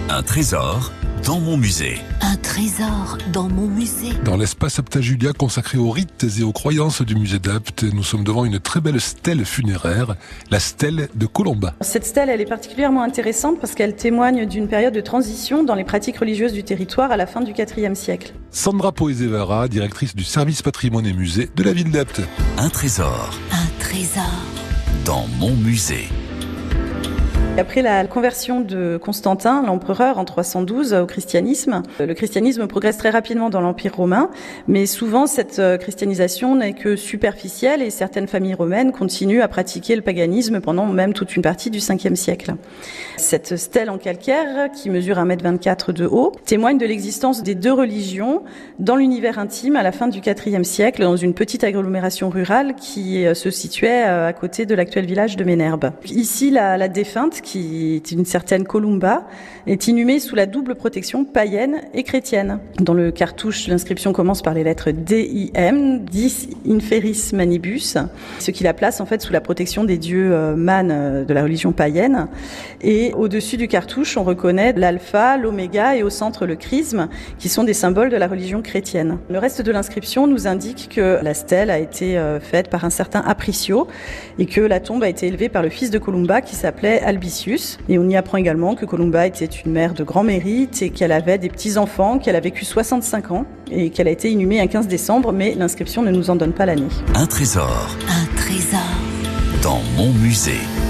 Un trésor dans mon musée. Un trésor dans mon musée. Dans l'espace Apta Julia consacré aux rites et aux croyances du musée d'Apt, nous sommes devant une très belle stèle funéraire, la stèle de Colomba. Cette stèle, elle est particulièrement intéressante parce qu'elle témoigne d'une période de transition dans les pratiques religieuses du territoire à la fin du IVe siècle. Sandra Poezevara, directrice du service patrimoine et musée de la ville d'Apt. Un trésor dans mon musée. Après la conversion de Constantin, l'empereur, en 312 au christianisme, le christianisme progresse très rapidement dans l'Empire romain, mais souvent cette christianisation n'est que superficielle et certaines familles romaines continuent à pratiquer le paganisme pendant même toute une partie du Ve siècle. Cette stèle en calcaire, qui mesure 1,24 m de haut, témoigne de l'existence des deux religions dans l'univers intime à la fin du IVe siècle, dans une petite agglomération rurale qui se situait à côté de l'actuel village de Ménherbe. Ici, la défunte, qui est une certaine Columba, est inhumée sous la double protection païenne et chrétienne. Dans le cartouche, l'inscription commence par les lettres D-I-M, Dis Inferis Manibus, ce qui la place en fait sous la protection des dieux Man de la religion païenne. Et au-dessus du cartouche, on reconnaît l'alpha, l'oméga et au centre le chrisme, qui sont des symboles de la religion chrétienne. Le reste de l'inscription nous indique que la stèle a été faite par un certain Apricio et que la tombe a été élevée par le fils de Columba qui s'appelait Albicius. Et on y apprend également que Columba était une mère de grand mérite et qu'elle avait des petits-enfants, qu'elle a vécu 65 ans et qu'elle a été inhumée un 15 décembre, mais l'inscription ne nous en donne pas l'année. Un trésor dans mon musée.